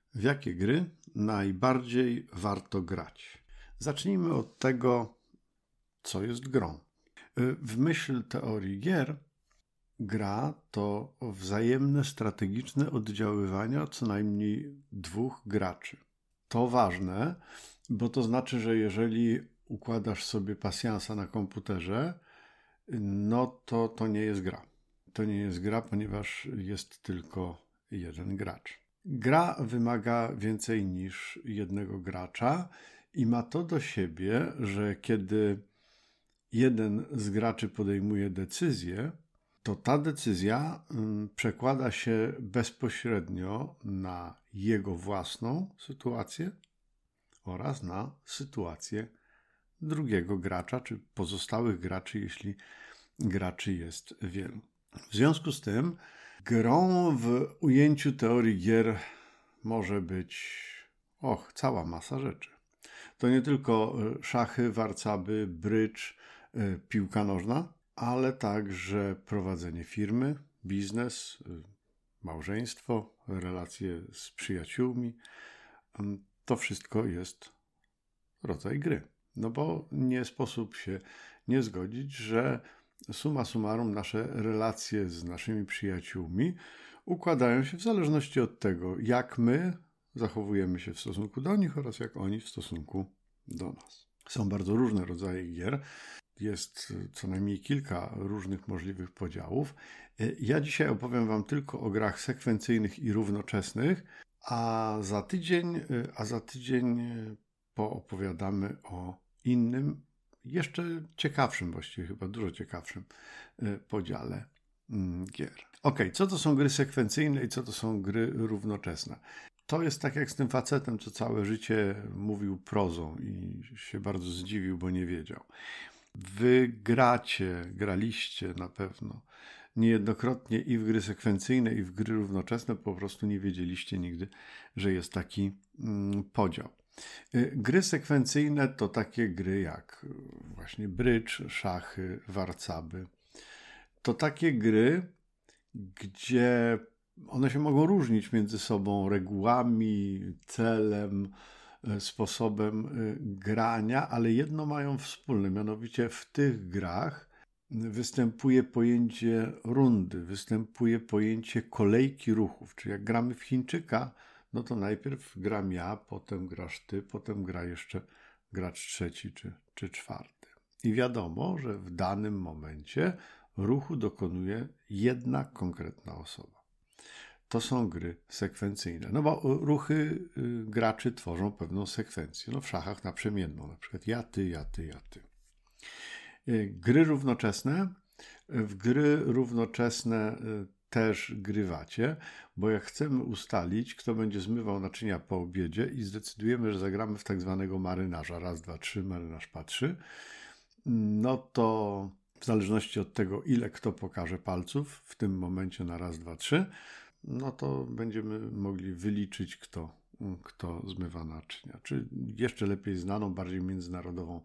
W jakie gry najbardziej warto grać? Zacznijmy od tego, co jest grą. W myśl teorii gier, gra to wzajemne strategiczne oddziaływania co najmniej dwóch graczy. To ważne, bo to znaczy, że jeżeli układasz sobie pasjansa na komputerze, no to nie jest gra. To nie jest gra, ponieważ jest tylko jeden gracz. Gra wymaga więcej niż jednego gracza i ma to do siebie, że kiedy jeden z graczy podejmuje decyzję, to ta decyzja przekłada się bezpośrednio na jego własną sytuację oraz na sytuację drugiego gracza, czy pozostałych graczy, jeśli graczy jest wielu. W związku z tym grą w ujęciu teorii gier może być cała masa rzeczy. To nie tylko szachy, warcaby, brydż, piłka nożna, ale także prowadzenie firmy, biznes, małżeństwo, relacje z przyjaciółmi. To wszystko jest rodzaj gry. No bo nie sposób się nie zgodzić, że summa summarum nasze relacje z naszymi przyjaciółmi układają się w zależności od tego, jak my zachowujemy się w stosunku do nich oraz jak oni w stosunku do nas. Są bardzo różne rodzaje gier. Jest co najmniej kilka różnych możliwych podziałów. Ja dzisiaj opowiem Wam tylko o grach sekwencyjnych i równoczesnych, a za tydzień poopowiadamy o innym, jeszcze ciekawszym, właściwie chyba dużo ciekawszym podziale gier. Co to są gry sekwencyjne i co to są gry równoczesne? To jest tak jak z tym facetem, co całe życie mówił prozą i się bardzo zdziwił, bo nie wiedział. Wy graliście na pewno niejednokrotnie i w gry sekwencyjne, i w gry równoczesne, po prostu nie wiedzieliście nigdy, że jest taki podział. Gry sekwencyjne to takie gry jak właśnie brydż, szachy, warcaby. To takie gry, gdzie one się mogą różnić między sobą regułami, celem, sposobem grania, ale jedno mają wspólne, mianowicie w tych grach występuje pojęcie rundy, występuje pojęcie kolejki ruchów, czyli jak gramy w Chińczyka, no to najpierw gram ja, potem grasz ty, potem gra jeszcze gracz trzeci czy czwarty. I wiadomo, że w danym momencie ruchu dokonuje jedna konkretna osoba. To są gry sekwencyjne, no bo ruchy graczy tworzą pewną sekwencję. No w szachach naprzemienną, na przykład ja, ty, ja, ty, ja, ty. Gry równoczesne. W gry równoczesne też grywacie, bo jak chcemy ustalić, kto będzie zmywał naczynia po obiedzie i zdecydujemy, że zagramy w tak zwanego marynarza, raz, dwa, trzy, marynarz patrzy, no to w zależności od tego, ile kto pokaże palców w tym momencie na raz, dwa, trzy, no to będziemy mogli wyliczyć, kto zmywa naczynia. Czy jeszcze lepiej znaną, bardziej międzynarodową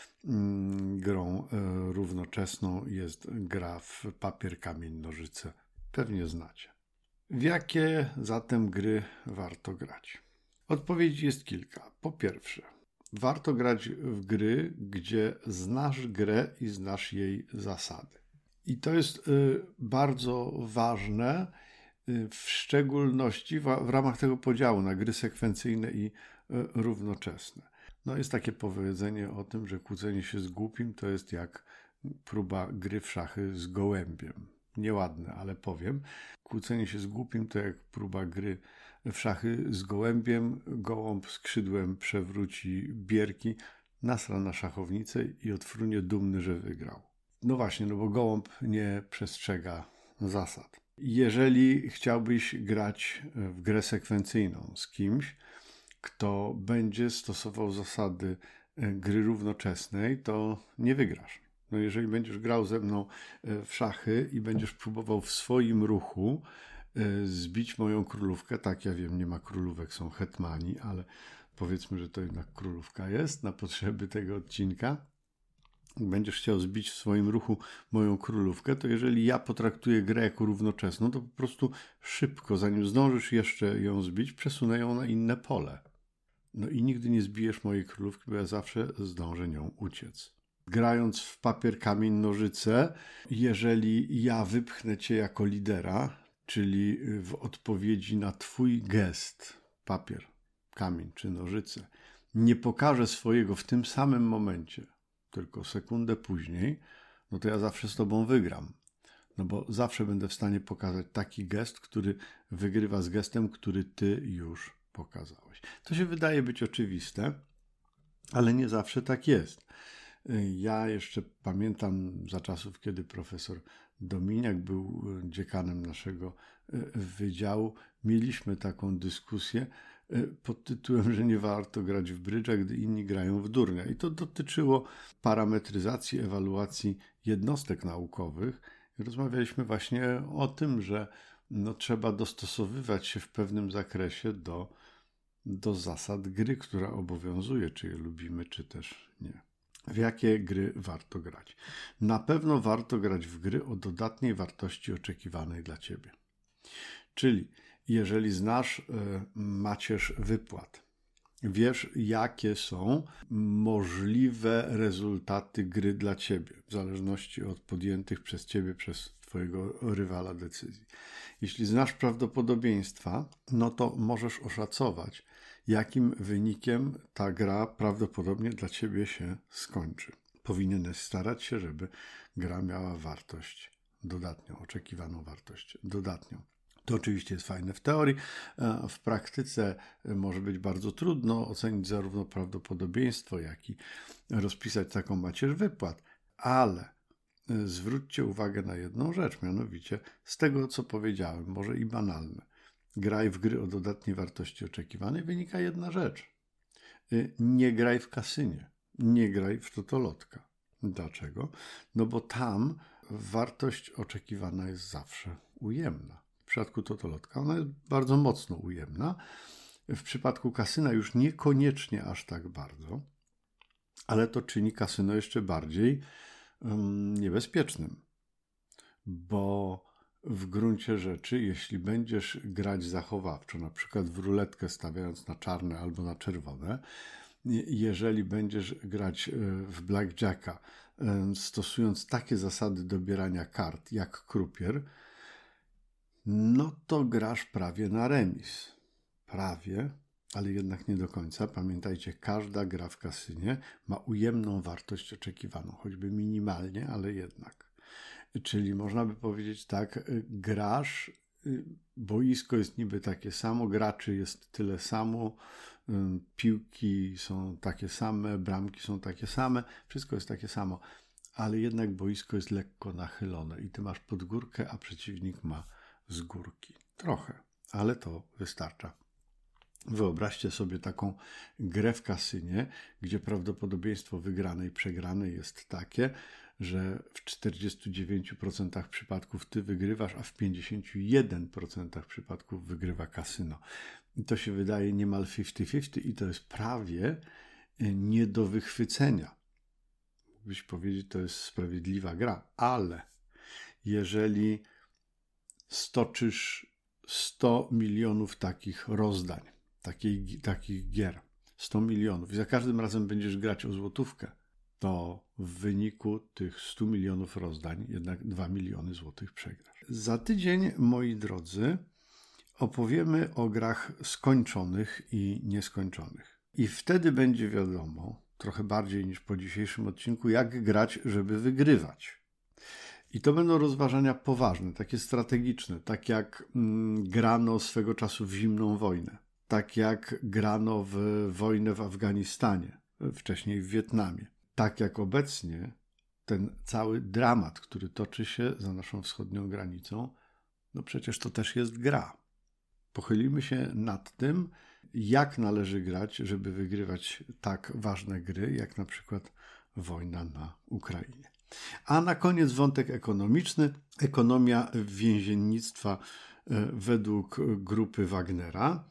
grą równoczesną jest gra w papier, kamień, nożyce. Pewnie znacie. W jakie zatem gry warto grać? Odpowiedzi jest kilka. Po pierwsze, warto grać w gry, gdzie znasz grę i znasz jej zasady. I to jest bardzo ważne, w szczególności w ramach tego podziału na gry sekwencyjne i równoczesne. No jest takie powiedzenie o tym, że kłócenie się z głupim to jest jak próba gry w szachy z gołębiem. Nieładne, ale powiem. Kłócenie się z głupim to jak próba gry w szachy z gołębiem. Gołąb skrzydłem przewróci bierki, nasra na szachownicę i odfrunie dumny, że wygrał. No właśnie, no bo gołąb nie przestrzega zasad. Jeżeli chciałbyś grać w grę sekwencyjną z kimś, kto będzie stosował zasady gry równoczesnej, to nie wygrasz. No jeżeli będziesz grał ze mną w szachy i będziesz próbował w swoim ruchu zbić moją królówkę, tak ja wiem, nie ma królówek, są hetmani, ale powiedzmy, że to jednak królówka jest na potrzeby tego odcinka, będziesz chciał zbić w swoim ruchu moją królówkę, to jeżeli ja potraktuję grę jako równoczesną, to po prostu szybko, zanim zdążysz jeszcze ją zbić, przesunę ją na inne pole. No i nigdy nie zbijesz mojej królówki, bo ja zawsze zdążę nią uciec. Grając w papier, kamień, nożyce, jeżeli ja wypchnę cię jako lidera, czyli w odpowiedzi na twój gest, papier, kamień czy nożyce, nie pokażę swojego w tym samym momencie, tylko sekundę później, no to ja zawsze z tobą wygram. No bo zawsze będę w stanie pokazać taki gest, który wygrywa z gestem, który ty już pokazałeś. To się wydaje być oczywiste, ale nie zawsze tak jest. Ja jeszcze pamiętam za czasów, kiedy profesor Dominiak był dziekanem naszego wydziału, mieliśmy taką dyskusję pod tytułem, że nie warto grać w brydża, gdy inni grają w durnia. I to dotyczyło parametryzacji, ewaluacji jednostek naukowych. Rozmawialiśmy właśnie o tym, że trzeba dostosowywać się w pewnym zakresie do zasad gry, która obowiązuje, czy je lubimy, czy też nie. W jakie gry warto grać? Na pewno warto grać w gry o dodatniej wartości oczekiwanej dla ciebie. Czyli jeżeli znasz macierz wypłat, wiesz, jakie są możliwe rezultaty gry dla ciebie, w zależności od podjętych przez ciebie, przez twojego rywala decyzji. Jeśli znasz prawdopodobieństwa, no to możesz oszacować, jakim wynikiem ta gra prawdopodobnie dla ciebie się skończy. Powinieneś starać się, żeby gra miała wartość dodatnią, oczekiwaną wartość dodatnią. To oczywiście jest fajne w teorii, w praktyce może być bardzo trudno ocenić zarówno prawdopodobieństwo, jak i rozpisać taką macierz wypłat, ale zwróćcie uwagę na jedną rzecz, mianowicie z tego, co powiedziałem, może i banalne. Graj w gry o dodatniej wartości oczekiwanej wynika jedna rzecz. Nie graj w kasynie, nie graj w totolotka. Dlaczego? No bo tam wartość oczekiwana jest zawsze ujemna. W przypadku totolotka ona jest bardzo mocno ujemna. W przypadku kasyna już niekoniecznie aż tak bardzo, ale to czyni kasyno jeszcze bardziej niebezpiecznym, bo w gruncie rzeczy, jeśli będziesz grać zachowawczo, na przykład w ruletkę stawiając na czarne albo na czerwone, jeżeli będziesz grać w blackjacka, stosując takie zasady dobierania kart jak krupier, no to grasz prawie na remis. Prawie, ale jednak nie do końca. Pamiętajcie, każda gra w kasynie ma ujemną wartość oczekiwaną, choćby minimalnie, ale jednak. Czyli można by powiedzieć tak, grasz, boisko jest niby takie samo, graczy jest tyle samo, piłki są takie same, bramki są takie same, wszystko jest takie samo, ale jednak boisko jest lekko nachylone i ty masz pod górkę, a przeciwnik ma z górki. Trochę, ale to wystarcza. Wyobraźcie sobie taką grę w kasynie, gdzie prawdopodobieństwo wygranej i przegranej jest takie, że w 49% przypadków ty wygrywasz, a w 51% przypadków wygrywa kasyno. I to się wydaje niemal 50-50 i to jest prawie nie do wychwycenia. Mógłbyś powiedzieć, to jest sprawiedliwa gra, ale jeżeli stoczysz 100 milionów takich rozdań, takich gier, 100 milionów i za każdym razem będziesz grać o złotówkę, to w wyniku tych 100 milionów rozdań jednak 2 miliony złotych przegrasz. Za tydzień, moi drodzy, opowiemy o grach skończonych i nieskończonych. I wtedy będzie wiadomo, trochę bardziej niż po dzisiejszym odcinku, jak grać, żeby wygrywać. I to będą rozważania poważne, takie strategiczne, tak jak grano swego czasu w zimną wojnę, tak jak grano w wojnę w Afganistanie, wcześniej w Wietnamie, tak jak obecnie ten cały dramat, który toczy się za naszą wschodnią granicą, no przecież to też jest gra. Pochylimy się nad tym, jak należy grać, żeby wygrywać tak ważne gry, jak na przykład wojna na Ukrainie. A na koniec wątek ekonomiczny. Ekonomia więziennictwa według grupy Wagnera.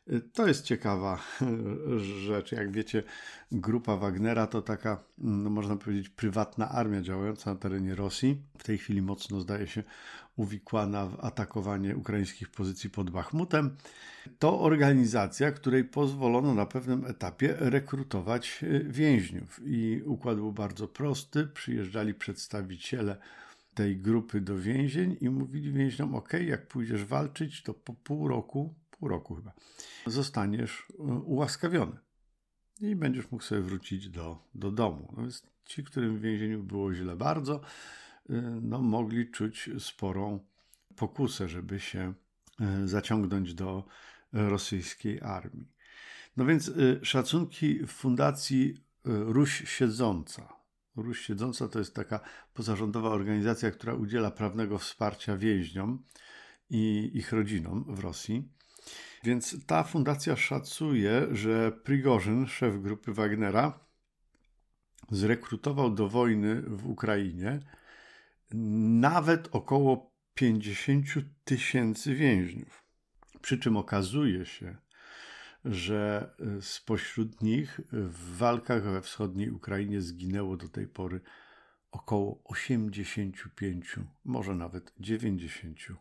To jest ciekawa rzecz. Jak wiecie, grupa Wagnera to taka, no można powiedzieć, prywatna armia działająca na terenie Rosji. W tej chwili mocno, zdaje się, uwikłana w atakowanie ukraińskich pozycji pod Bachmutem. To organizacja, której pozwolono na pewnym etapie rekrutować więźniów. I układ był bardzo prosty. Przyjeżdżali przedstawiciele tej grupy do więzień i mówili więźniom: OK, jak pójdziesz walczyć, to po pół roku chyba, zostaniesz ułaskawiony i będziesz mógł sobie wrócić do domu. No więc ci, którym w więzieniu było źle bardzo, no, mogli czuć sporą pokusę, żeby się zaciągnąć do rosyjskiej armii. No więc szacunki Fundacji Ruś Siedząca. Ruś Siedząca to jest taka pozarządowa organizacja, która udziela prawnego wsparcia więźniom i ich rodzinom w Rosji. Więc ta fundacja szacuje, że Prigorzyn, szef grupy Wagnera, zrekrutował do wojny w Ukrainie nawet około 50 000 więźniów. Przy czym okazuje się, że spośród nich w walkach we wschodniej Ukrainie zginęło do tej pory około 85, może nawet 90%.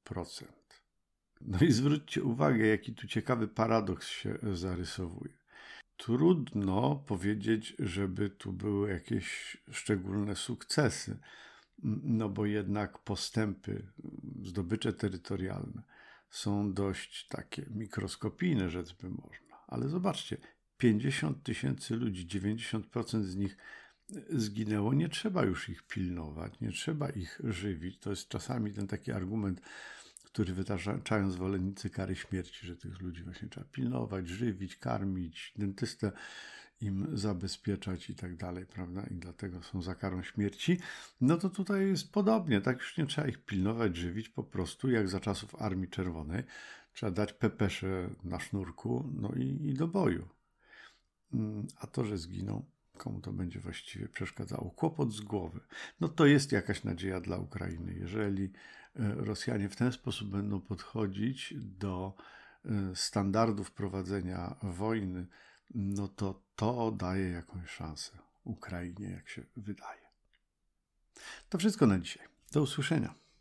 No i zwróćcie uwagę, jaki tu ciekawy paradoks się zarysowuje. Trudno powiedzieć, żeby tu były jakieś szczególne sukcesy, no bo jednak postępy, zdobycze terytorialne są dość takie mikroskopijne, rzec by można. Ale zobaczcie, 50 000 ludzi, 90% z nich zginęło, nie trzeba już ich pilnować, nie trzeba ich żywić. To jest czasami ten taki argument, który wytaczają zwolennicy kary śmierci, że tych ludzi właśnie trzeba pilnować, żywić, karmić, dentystę im zabezpieczać i tak dalej, prawda? I dlatego są za karą śmierci. No to tutaj jest podobnie, tak już nie trzeba ich pilnować, żywić, po prostu jak za czasów Armii Czerwonej. Trzeba dać pepesze na sznurku, no i do boju. A to, że zginą, komu to będzie właściwie przeszkadzało? Kłopot z głowy. No to jest jakaś nadzieja dla Ukrainy. Jeżeli Rosjanie w ten sposób będą podchodzić do standardów prowadzenia wojny, no to daje jakąś szansę Ukrainie, jak się wydaje. To wszystko na dzisiaj. Do usłyszenia.